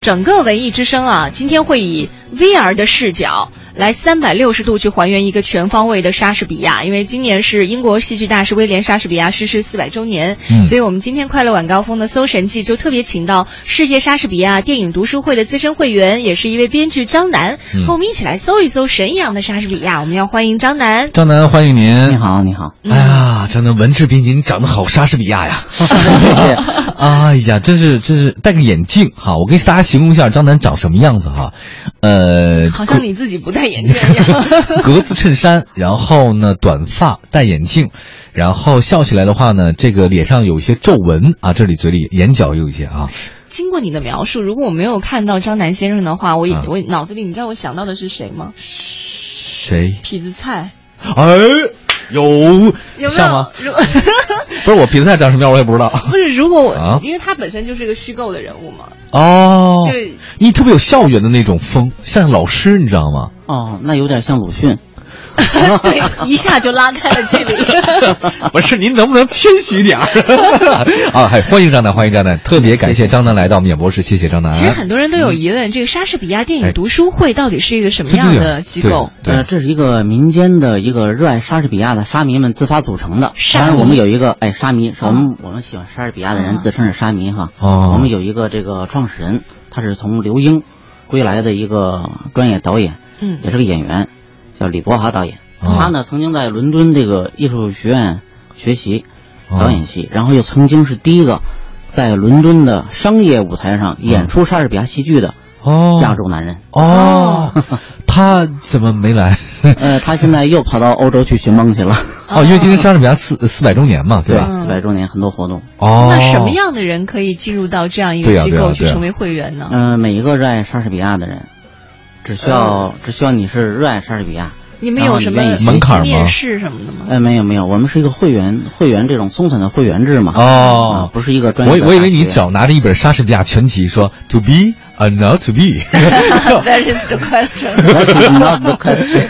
整个文艺之声啊，今天会以 VR 的视角来360度去还原一个全方位的莎士比亚，因为今年是英国戏剧大师威廉·莎士比亚逝世400周年，所以我们今天快乐晚高峰的搜神记就特别请到世界莎士比亚电影读书会的资深会员，也是一位编剧张楠，和我们一起来搜一搜神一样的莎士比亚。我们要欢迎张楠。 张楠，欢迎您。 你好，你好。 哎呀，张楠，文质彬彬，长得好莎士比亚呀！谢谢。哎呀，真是戴个眼镜哈，我跟大家形容一下张楠长什么样子哈。 好像你自己不戴眼镜一样。 格子衬衫，然后呢短发，戴眼镜，然后笑起来的话呢，这个脸上有一些皱纹啊，这里嘴里眼角有一些啊。 经过你的描述，如果我没有看到张楠先生的话，我脑子里你知道我想到的是谁吗？ 谁？ 痞子蔡。 哎。有像吗？不是，我痞子蔡长什么样我也不知道。 不是，如果因为他本身就是个虚构的人物嘛。 哦，你特别有校园的那种风，像老师，你知道吗？ 哦，那有点像鲁迅。 对，一下就拉开了距离。 不是，您能不能谦虚点啊？欢迎张楠，欢迎张楠，特别感谢张楠来到免博士，谢谢张楠。 其实很多人都有疑问，这个莎士比亚电影读书会到底是一个什么样的机构？ 这是一个民间的一个热爱莎士比亚的沙迷们自发组成的。当然，我们有一个沙迷，是我们喜欢莎士比亚的人自称是沙迷哈。我们有一个这个创始人，他是从留英归来的一个专业导演，也是个演员。叫李伯华导演，他呢曾经在伦敦这个艺术学院学习导演系，然后又曾经是第一个在伦敦的商业舞台上演出莎士比亚戏剧的亚洲男人。 他怎么没来？ 他现在又跑到欧洲去寻梦去了。 因为今天莎士比亚400周年嘛，对吧 ？400周年很多活动。 那什么样的人可以进入到这样一个机构去成为会员呢？ 每一个热爱莎士比亚的人。只需要你是热爱莎士比亚。 你们有什么门槛吗？ 面试什么的吗？ 没有，我们是一个会员这种松散的会员制嘛。不是一个专业的。 我以为你拿着一本莎士比亚全集说 to be or not to be。 That is the question. That is not the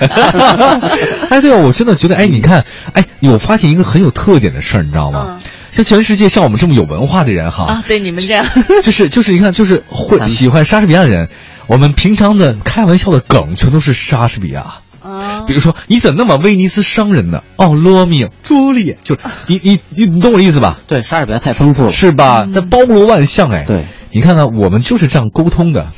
question. 对，我真的觉得你看我发现一个很有特点的事儿，你知道吗？像全世界像我们这么有文化的人哈对你们这样就是你看就是会喜欢莎士比亚的人，我们平常的开玩笑的梗全都是莎士比亚。比如说你怎么那么威尼斯商人呢？罗密欧朱丽叶，就是你懂我的意思吧？ 对，莎士比亚太丰富了，是吧？它包罗万象对， 你看看我们就是这样沟通的。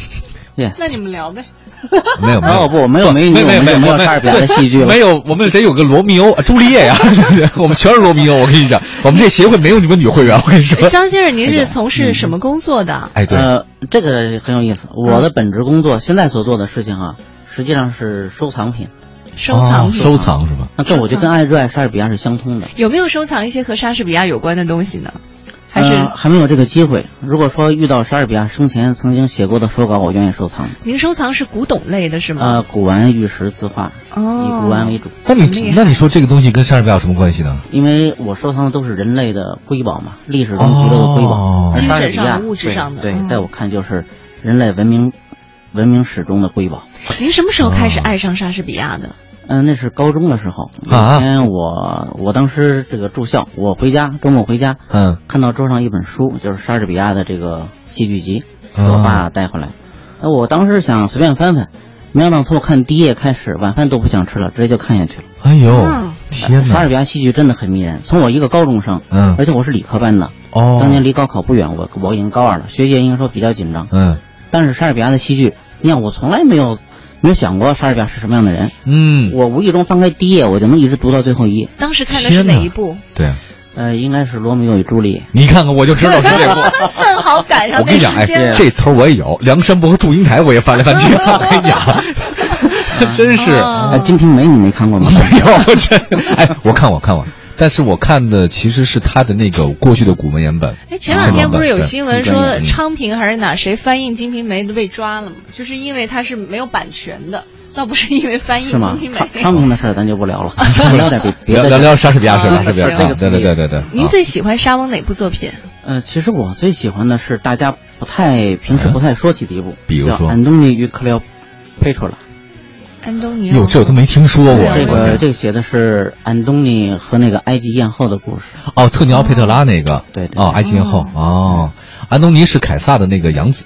Yes， 那你们聊呗。 没有没有美女，没有莎士比亚的戏剧了。 没有，我们得有个罗密欧、朱丽叶呀。我们全是罗密欧，我跟你讲，我们这协会没有你们女会员，我跟你说。 张先生，您是从事什么工作的？ 对， 这个很有意思。我的本职工作，现在所做的事情实际上是收藏品。 收藏是吧？ 那这我就跟热爱莎士比亚是相通的。 有没有收藏一些和莎士比亚有关的东西呢？ 还没有这个机会。如果说遇到莎士比亚生前曾经写过的手稿，我愿意收藏。 您收藏是古董类的是吗？ 古玩、玉石、字画，以古玩为主。 那你说这个东西跟莎士比亚有什么关系呢？ 因为我收藏的都是人类的瑰宝嘛，历史中遗留的瑰宝， 精神上的、物质上的。 对，在我看就是人类文明史中的瑰宝。 您什么时候开始爱上莎士比亚的？ 那是高中的时候。有一天我当时这个住校，我周末回家，看到桌上一本书，就是莎士比亚的这个戏剧集，是我爸带回来。我当时想随便翻翻，没想到从我看第一页开始，晚饭都不想吃了，直接就看下去了。 哎呦，天哪！ 莎士比亚戏剧真的很迷人。从我一个高中生，而且我是理科班的，当年离高考不远，我已经高2了，学业应该说比较紧张。但是莎士比亚的戏剧，你看我从来没有想过莎士比亚是什么样的人。我无意中翻开第一页，我就能一直读到最后一页。 当时看的是哪一部？ 对， 应该是《罗密欧与朱丽叶》。 你看看，我就知道是这部。 正好赶上。 我跟你讲，这词我也有，梁山伯和祝英台我也翻来翻去。我跟你讲，真是。 《金瓶梅》你没看过吗？ 没有，我看过。但是我看的其实是他的那个过去的古文言本。 前两天不是有新闻说昌平还是哪谁翻译《金瓶梅》都被抓了吗？就是因为他是没有版权的，倒不是因为翻译《金瓶梅》。 昌平的事咱就不聊了，聊点别的。聊莎士比亚是吧？对。 您最喜欢莎翁哪部作品？ 其实我最喜欢的是大家平时不太说起的一部， 比如说《 安东尼与克利奥佩特拉》。 安东尼这我都没听说过。 这个写的是安东尼和那个埃及艳后的故事。 特尼奥佩特拉那个。 对。 埃及艳后。安东尼是凯撒的那个养子是吧？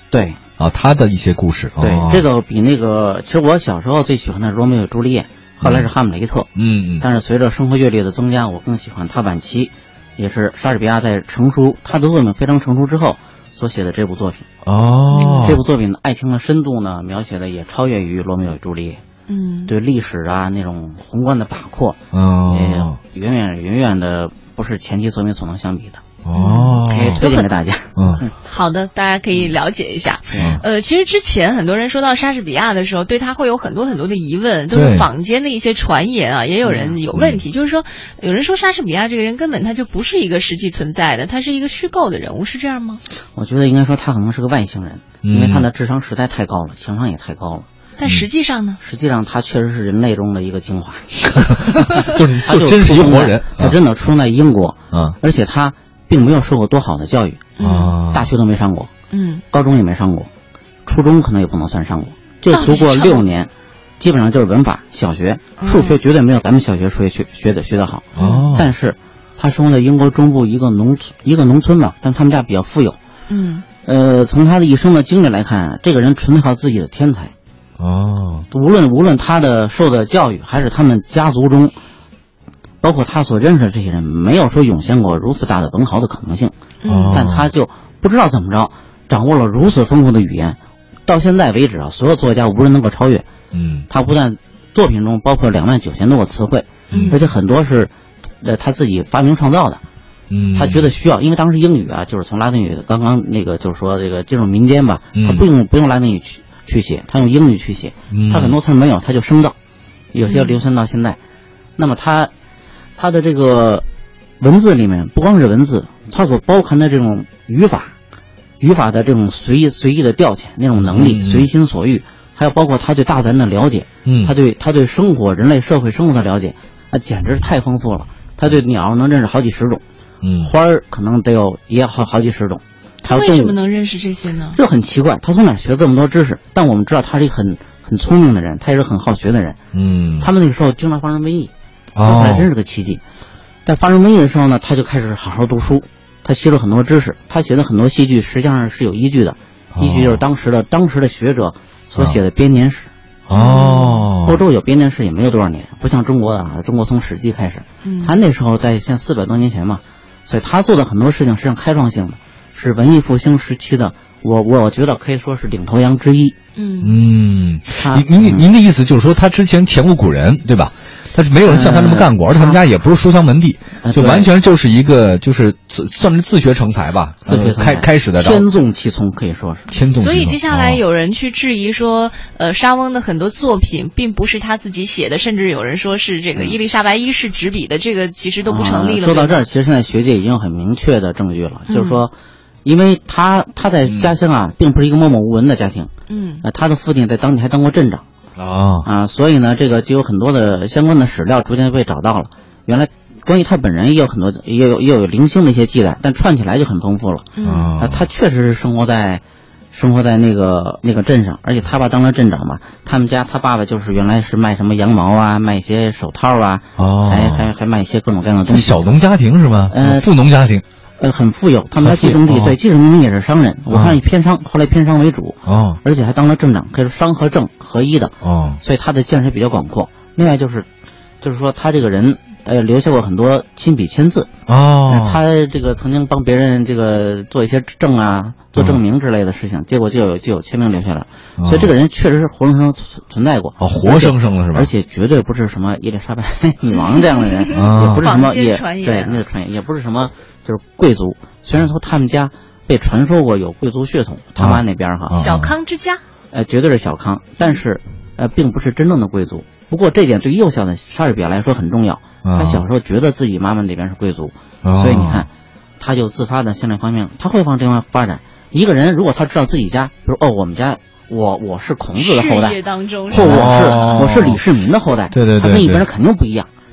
对啊，他的一些故事。 对，这个比那个，其实我小时候最喜欢的是罗密欧与朱丽叶，后来是哈姆雷特。但是随着生活阅历的增加，我更喜欢他晚期，也是莎士比亚在成熟，他的作品非常成熟之后所写的这部作品。这部作品的爱情的深度呢，描写的也超越于罗密欧与朱丽叶。对历史啊那种宏观的把控，也远远的不是前期作品所能相比的。可以推荐给大家。 好的，大家可以了解一下。其实之前很多人说到莎士比亚的时候，对他会有很多的疑问，都是坊间的一些传言啊，也有人有问题，就是说有人说莎士比亚这个人根本他就不是一个实际存在的，他是一个虚构的人物，是这样吗？ 我觉得应该说他可能是个外星人，因为他的智商实在太高了，情商也太高了。 但实际上呢？ 实际上他确实是人类中的一个精华， 就真是一活人。 他真的出生在英国，而且他并没有受过多好的教育，大学都没上过，高中也没上过，初中可能也不能算上过，就读过6年，基本上就是文法、小学、数学绝对没有咱们小学数学学的好。但是他生活在英国中部一个农村吧，但他们家比较富有。从他的一生的经历来看，这个人纯靠自己的天才。无论他的受的教育，还是他们家族中，包括他所认识的这些人，没有说涌现过如此大的文豪的可能性。但他就不知道怎么着，掌握了如此丰富的语言，到现在为止啊，所有作家无人能够超越。他不但作品中包括29000多个词汇，而且很多是他自己发明创造的。他觉得需要，因为当时英语啊，就是从拉丁语刚刚那个就是说这个进入民间吧，他不用拉丁语去写，他用英语去写，他很多词没有，他就生造，有些流传到现在。那么他的这个文字里面，不光是文字，他所包含的这种语法的这种随意的调遣那种能力，随心所欲，还有包括他对大自然的了解，他对生活人类社会生活的了解，那简直太丰富了。他对鸟能认识好几十种，花儿可能也好几十种。 他为什么能认识这些呢？ 这很奇怪，他从哪学这么多知识？但我们知道他是一个很聪明的人，他也是很好学的人。他们那个时候经常发生瘟疫，说起来真是个奇迹。在发生瘟疫的时候呢，他就开始好好读书，他吸收很多知识，他写的很多戏剧实际上是有依据的，依据就是当时的学者所写的编年史。欧洲有编年史也没有多少年，不像中国的啊，中国从史记开始，他那时候在像400多年前嘛，所以他做的很多事情实际上开创性的。是文艺复兴时期的，我觉得可以说是领头羊之一。 您的意思就是说，他之前前无古人，对吧？但是没有人像他那么干过，而且他们家也不是书香门第，就完全就是一个算是自学成才吧，开始的天纵奇聪，可以说是天纵奇聪。 所以接下来有人去质疑说，莎翁的很多作品并不是他自己写的，甚至有人说是这个伊丽莎白一世执笔的，这个其实都不成立了。 说到这儿，其实现在学界已经有很明确的证据了，就是说。因为他在家乡啊，并不是一个默默无闻的家庭。他的父亲在当地还当过镇长。所以呢，这个就有很多的相关的史料逐渐被找到了。原来关于他本人也有很多，也有零星的一些记载，但串起来就很丰富了。他确实是生活在那个镇上，而且他爸当了镇长嘛，他们家他爸爸就是原来是卖什么羊毛啊，卖一些手套啊，还卖一些各种各样的东西。 小农家庭是吗？富农家庭。 很富有，他们家寄种地，对，寄种地也是商人。我看偏商，后来偏商为主，而且还当了镇长，可以说商和政合一的，所以他的见识比较广阔。另外就是说他这个人，留下过很多亲笔签字。他这个曾经帮别人这个做一些证啊，做证明之类的事情，结果就有签名留下来。所以这个人确实是活生生存在过， 活生生的是吧？ 而且绝对不是什么伊丽莎白女王这样的人，也不是什么对那个传言，也不是什么。就是贵族，虽然说他们家被传说过有贵族血统，他妈那边小康之家， 绝对是小康，但是并不是真正的贵族。不过这点对幼小的莎士比亚来说很重要，他小时候觉得自己妈妈那边是贵族，所以你看，他就自发的向这方面，他会往这方面发展。一个人如果他知道自己家，比如我们家我是孔子的后代，或我是李世民的后代， 对， 他跟一般人肯定不一样。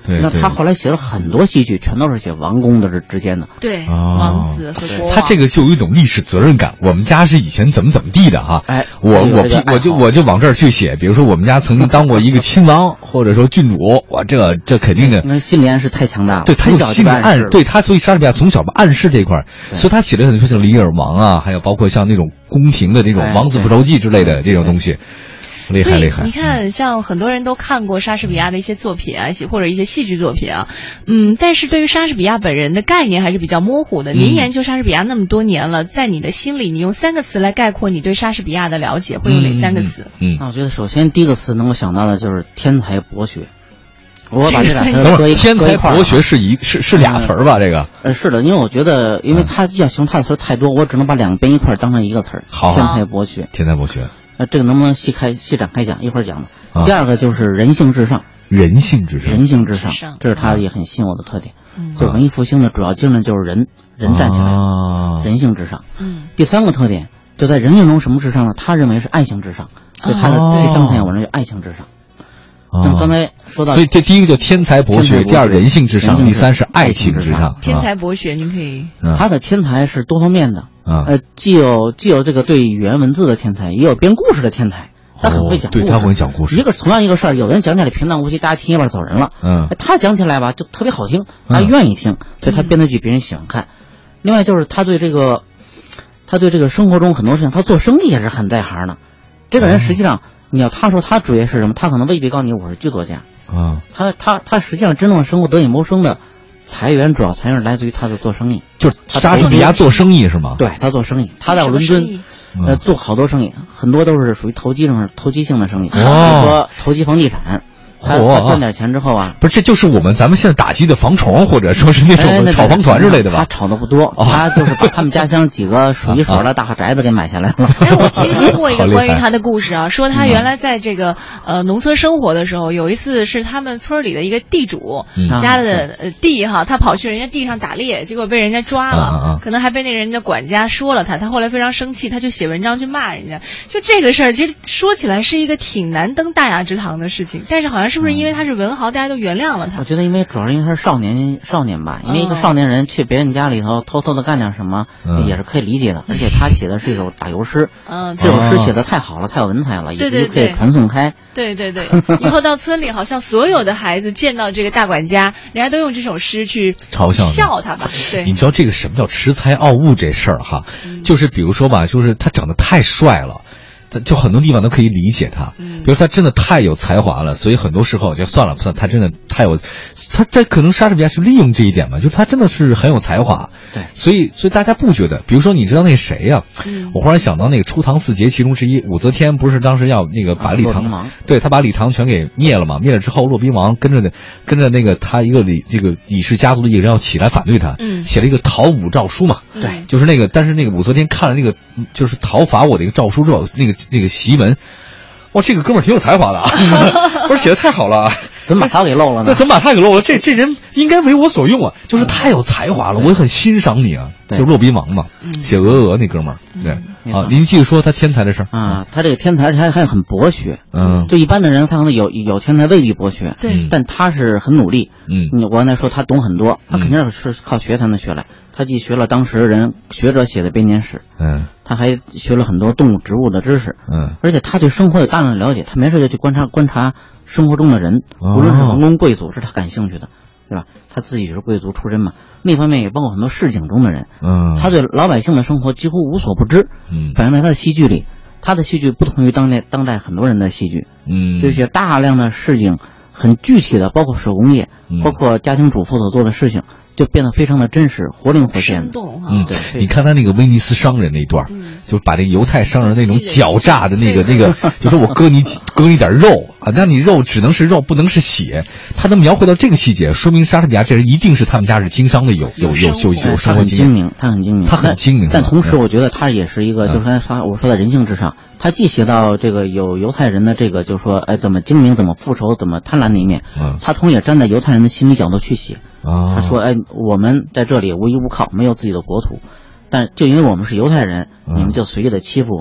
对， 那他后来写了很多戏剧，全都是写王公的之间的。 对，王子和国王。 他这个就有一种历史责任感。我们家是以前怎么地的哈， 哎， 我就往这儿去写，比如说我们家曾经当过一个亲王，或者说郡主，哇，这肯定的。 那心理暗示太强大了。 对，他有心理暗示，对他，所以莎士比亚从小把暗示这一块，所以他写了很多像《李尔王》啊，还有包括像那种宫廷的这种《王子复仇记》之类的这种东西。厉害厉害！ 你看，像很多人都看过莎士比亚的一些作品啊，或者一些戏剧作品啊，但是对于莎士比亚本人的概念还是比较模糊的。您研究莎士比亚那么多年了，在你的心里，你用3个词来概括你对莎士比亚的了解，会用哪3个词？ 那我觉得首先第一个词能够想到的就是天才博学。我把这俩词搁一天才博学是俩词儿吧？这个是的，因为我觉得，因为他要形容他的词太多，我只能把2个编一块当成一个词儿。 好， 天才博学， 天才博学。 这个能不能细展开讲？一会儿讲的。第二个就是人性至上， 人性至上， 这是他也很吸引我的特点。就文艺复兴的主要精神就是人站起来，人性至上。第3个特点就在人性中什么至上呢？他认为是爱情至上，所以他的第3个特点我认为爱情至上。那么刚才说到， 所以这第一个叫天才博学，第2人性至上，第3是爱情至上。 天才博学，您可以， 他的天才是多方面的，既有这个对语言文字的天才，也有编故事的天才。他很会讲故事， 对，他会讲故事。 同样一个事儿，有人讲起来平淡无奇，大家听一半走人了。他讲起来吧，就特别好听，大家愿意听，所以他编的剧别人喜欢看。另外就是他对这个生活中很多事情，他做生意也是很在行的。这个人实际上，你要他说他主业是什么，他可能未必告诉你我是剧作家。他实际上真正生活得以谋生的主要财源来自于他的做生意。 就是莎士比亚做生意是吗？ 对，他做生意，他在伦敦。做好多生意，很多都是属于投机性的生意，比如说投机房地产。他赚点钱之后啊， 不是，这就是咱们现在打击的房虫，或者说是那种炒房团之类的吧？ 他炒的不多，他就是把他们家乡几个数一数二的大宅子给买下来了。 我听说过一个关于他的故事啊，说他原来在这个农村生活的时候，有一次是他们村里的一个地主家的地哈，他跑去人家地上打猎，结果被人家抓了，可能还被那人家管家说了他后来非常生气，他就写文章去骂人家。就这个事儿，其实说起来是一个挺难登大雅之堂的事情，但是好像是不是因为他是文豪，大家都原谅了他？ 我觉得主要是因为他是少年吧，因为一个少年人去别人家里头偷偷的干点什么，也是可以理解的。而且他写的是一首打油诗，这首诗写的太好了，太有文采了，也可以传颂开。 对，以后到村里，好像所有的孩子见到这个大管家，人家都用这首诗去嘲笑他吧。对， 你知道这个什么叫恃才傲物这事儿哈？就是比如说吧，就是他长得太帅了。就很多地方都可以理解他，比如他真的太有才华了，所以很多时候就算了，他真的太有，他在可能莎士比亚是利用这一点嘛，就是他真的是很有才华， 对， 所以大家不觉得，比如说你知道那谁呀？我忽然想到那个出唐4杰其中之一，武则天不是当时要那个把李唐，对，他把李唐全给灭了嘛，灭了之后，骆宾王跟着那个他一个李氏家族的一个人要起来反对他，写了一个讨武诏书嘛， 对， 就是那个，但是那个武则天看了那个就是讨伐我的一个诏书之后，那个檄文，哇，这个哥们儿挺有才华的啊，不是写的太好了， 怎么把他给漏了呢？ 对，怎么把他给漏了？这人应该为我所用啊，就是太有才华了，我也很欣赏你啊。就骆宾王嘛，写鹅那哥们儿，对啊，您继续说他天才的事儿啊，他这个天才而且还很博学，就一般的人他可能有天才未必博学， 对， 但他是很努力，我刚才说他懂很多，他肯定是靠学才能学来，他既学了当时学者写的编年史，他还学了很多动物植物的知识，而且他对生活有大量的了解，他没事就去观察生活中的人，无论是王公贵族是他感兴趣的，对吧？他自己是贵族出身嘛，那方面也包括很多市井中的人，他对老百姓的生活几乎无所不知，反映在他的戏剧里，他的戏剧不同于当代很多人的戏剧，这些大量的市井很具体的，包括手工业，包括家庭主妇所做的事情，就变得非常的真实，活灵活现的。 对，你看他那个威尼斯商人那一段，就是把这个犹太商人那种狡诈的那个，就说我割你点肉啊，那你肉只能是肉，不能是血。他能描绘到这个细节，说明莎士比亚这人一定是他们家是经商的，有生活经验。 他很精明。但同时，我觉得他也是一个，就是我说的人性至上。他既写到这个有犹太人的这个，就是说，怎么精明，怎么复仇，怎么贪婪的一面，他同时也站在犹太人的心理角度去写。他说，我们在这里无依无靠，没有自己的国土，但就因为我们是犹太人，你们就随意的欺负我们。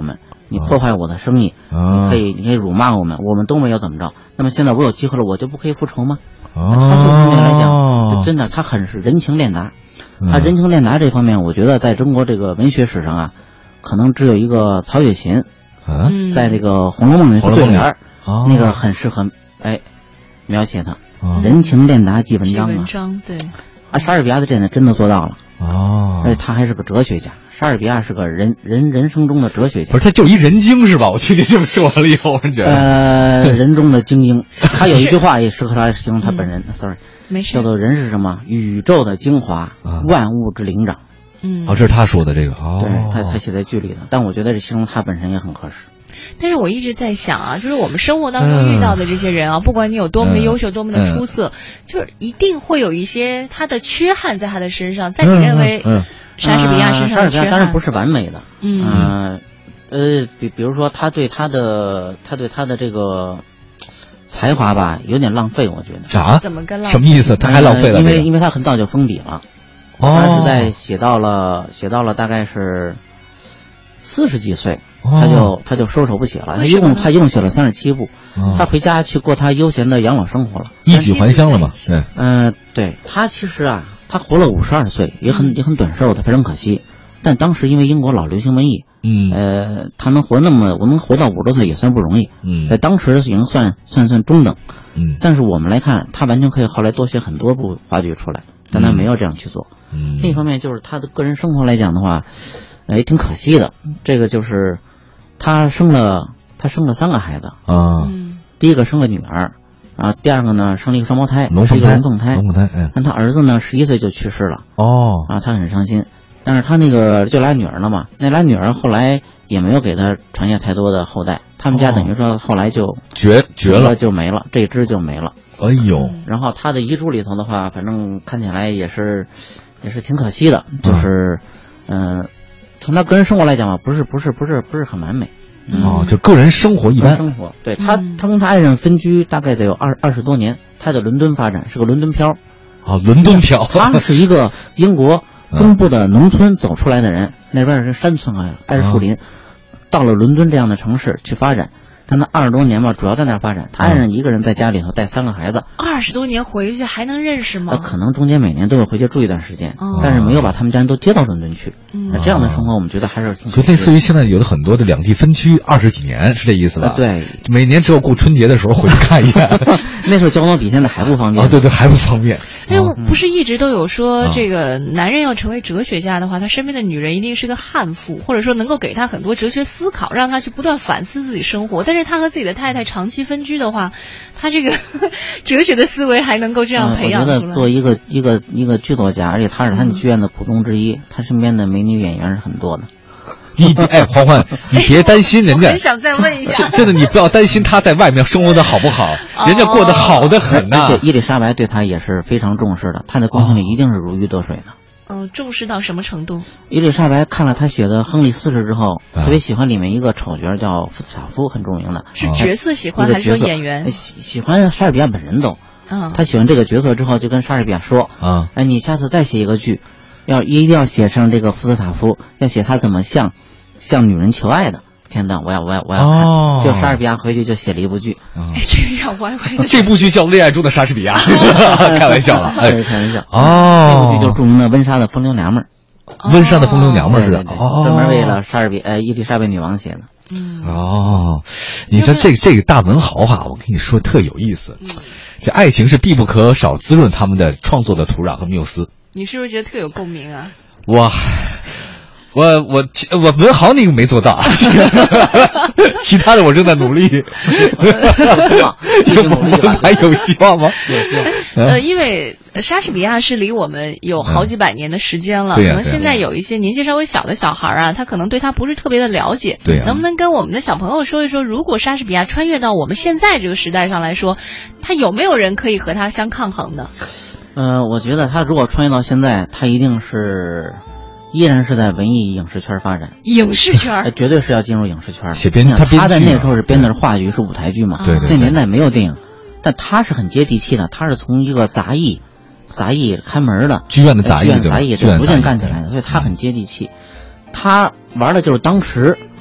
你破坏我的生意，你可以辱骂我们都没有怎么着。那么现在我有机会了，我就不可以复仇吗？他这方面来讲，真的他很是人情练达。他人情练达这方面，我觉得在中国这个文学史上啊，可能只有一个曹雪芹，在这个《红楼梦》里是对联，那个很适合描写他。人情练达记文章啊， 对。 莎士比亚的真的做到了而且他还是个哲学家。莎士比亚是个人生中的哲学家， 不是他就一人精是吧？我听你这么说了以后，我觉得人中的精英。他有一句话也适合他形容他本人，sorry， 没事， 叫做人是什么？宇宙的精华，万物之灵长。 这是他说的这个对，他写在剧里的，但我觉得这形容他本身也很合适。 但是我一直在想啊，就是我们生活当中遇到的这些人啊，不管你有多么的优秀，多么的出色，就是一定会有一些他的缺憾在他的身上。在你认为莎士比亚身上的缺憾， 当然不是完美的。比如说他对他的这个才华吧，有点浪费，我觉得。 啥？ 怎么跟浪费？ 什么意思？他还浪费了？ 因为他很早就封笔了。他是在写到了大概是40几岁，他就收手不写了。他一共写了37部，他回家去过他悠闲的养老生活了， 一举还乡了嘛？ 对，对他其实啊，他活了52岁，也很短寿的，非常可惜。但当时因为英国老流行文艺，他能活我能活到50多岁也算不容易，在当时已经算中等，但是我们来看，他完全可以后来多写很多部话剧出来，但他没有这样去做。另一方面就是他的个人生活来讲的话，也挺可惜的。这个就是他生了3个孩子第一个生了女儿第二个呢生了一个双胞胎，是一个龙凤胎。但他儿子呢11岁就去世了他很伤心。但是他那个就俩女儿了嘛，那俩女儿后来也没有给他传下太多的后代，他们家等于说后来就绝了， 就没了，这一支就没了。 哎呦！ 然后他的遗嘱里头的话，反正看起来也是挺可惜的，就是从他个人生活来讲吧，不是很完美。 就个人生活一般。 生活对他跟他爱人分居大概得有20多年，他在伦敦发展，是个伦敦漂。 伦敦漂。 他是一个英国中部的农村走出来的人，那边是山村挨着树林，到了伦敦这样的城市去发展。但他20多年吧，主要在那儿发展。他爱人一个人在家里头带3个孩子。 20多年回去还能认识吗？ 可能中间每年都会回去住一段时间，但是没有把他们家人都接到伦敦去。这样的生活我们觉得还是挺。 就类似于现在有的很多的两地分居20几年，是这意思吧？ 对， 每年只有过春节的时候回去看一眼。 那时候交通比现在还不方便。 对，还不方便。 不是一直都有说这个男人要成为哲学家的话，他身边的女人一定是个悍妇，或者说能够给他很多哲学思考，让他去不断反思自己生活。但是他和自己的太太长期分居的话，他这个哲学的思维还能够这样培养出来。 我觉得做一个剧作家，而且他是他的剧院的股东之一，他身边的美女演员是很多的。 欢欢，你别担心人家。 我很想再问一下， 真的，你不要担心他在外面生活的好不好，人家过得好得很呐。 而且伊丽莎白对他也是非常重视的，他在宫廷里一定是如鱼得水的。 重视到什么程度？ 伊丽莎白看了他写的《亨利四世》之后，特别喜欢里面一个丑角叫福斯塔夫，很著名的。 是角色喜欢还是说演员？ 喜欢莎士比亚本人都。他喜欢这个角色之后，就跟莎士比亚说：“你下次再写一个剧，一定要写上这个福斯塔夫，要写他怎么向女人求爱的。”天哪，我要看。就莎士比亚回去就写了一部剧。 这让歪歪的。 这部剧叫《恋爱中的莎士比亚》。开玩笑了， 开玩笑。这部剧就是著名的温莎的风流娘们儿。 温莎的风流娘们儿是的， 专门为了伊丽莎白女王写的。 你说这个大文豪我跟你说特有意思。这爱情是必不可少滋润他们的创作的土壤和缪斯。 你是不是觉得特有共鸣啊？ 我文豪那个没做到，其他的我正在努力。还有希望吗？ 有希望。 因为莎士比亚是离我们有好几百年的时间了，可能现在有一些年纪稍微小的小孩他可能对他不是特别的了解。能不能跟我们的小朋友说一说，如果莎士比亚穿越到我们现在这个时代上来说，他有没有人可以和他相抗衡的？ 我觉得他如果穿越到现在，他一定是。依然是在文艺影视圈发展， 影视圈绝对是要进入影视圈。 他在那时候是编的是话剧，是舞台剧嘛？ 对。 那年代没有电影，但他是很接地气的。他是从一个杂役看门的剧院的杂役这逐渐干起来的，所以他很接地气。他玩的就是当时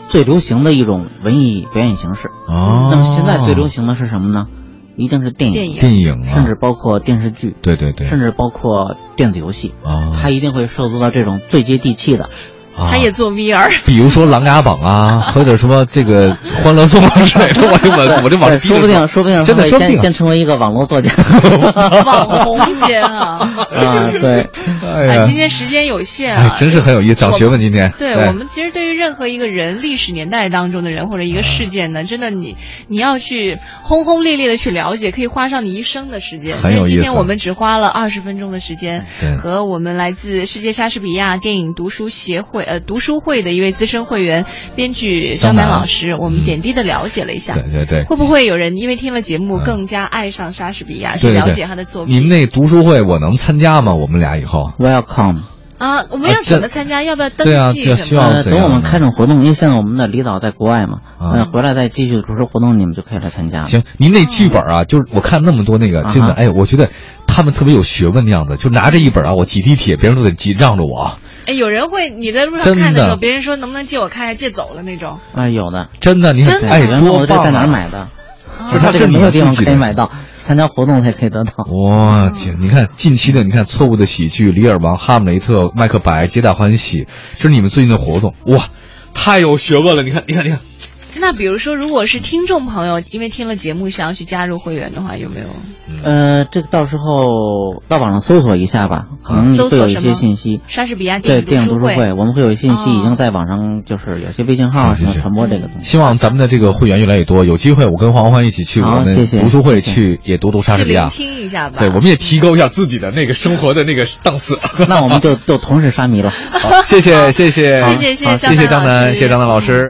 最流行的一种文艺表演形式。 哦， 那么现在最流行的是什么呢？一定是电影，甚至包括电视剧， 对对对， 甚至包括电子游戏，它一定会涉足到这种最接地气的。 他也做 VR， 比如说《琅琊榜》啊，或者什么这个《欢乐颂》之类的，我就往说不定真的先成为一个网络作家， 网红先啊！ 对， 今天时间有限啊， 真是很有意思，找学问今天。 对我们其实对于任何一个人、历史年代当中的人或者一个事件呢，真的你要去轰轰烈烈的去了解，可以花上你一生的时间。 很有意思。 今天我们只花了20分钟的时间，和我们来自世界莎士比亚电影读书会的一位资深会员编剧张楠老师，我们点滴的了解了一下。 对， 会不会有人因为听了节目更加爱上莎士比亚，去了解他的作品？ 你们那读书会我能参加吗？我们俩以后 welcome 啊，我们要怎么参加？要不要登记？ 对啊，希望等我们开整活动，因为现在我们的领导在国外嘛，回来再继续主持活动，你们就可以来参加。 行，您那剧本啊，就是我看那么多那个，真的，我觉得他们特别有学问那样子，就拿着一本啊，我挤地铁，别人都得让着我。 有人会你在路上看的时候，别人说能不能借我看，借走了那种。 有的， 真的，你看， 多棒！在哪儿买的？不是他这个没有地方可以买到，参加活动才可以得到。 哇天！你看近期的，你看《错误的喜剧》、《李尔王》、《哈姆雷特》、《麦克白》、《皆大欢喜》，这是你们最近的活动，哇，太有学问了！你看。 那比如说，如果是听众朋友因为听了节目想要去加入会员的话，有没有？ 这个到时候到网上搜索一下吧，可能会有一些信息。 莎士比亚电影读书会，我们会有信息，已经在网上就是有些微信号什么传播这个东西。 希望咱们的这个会员越来越多，有机会我跟黄欢一起去我们读书会去也读莎士比亚， 去聆听一下吧。 对，我们也提高一下自己的那个生活的那个档次。 那我们就同时沙迷了。 好，谢谢张楠， 谢谢张楠老师。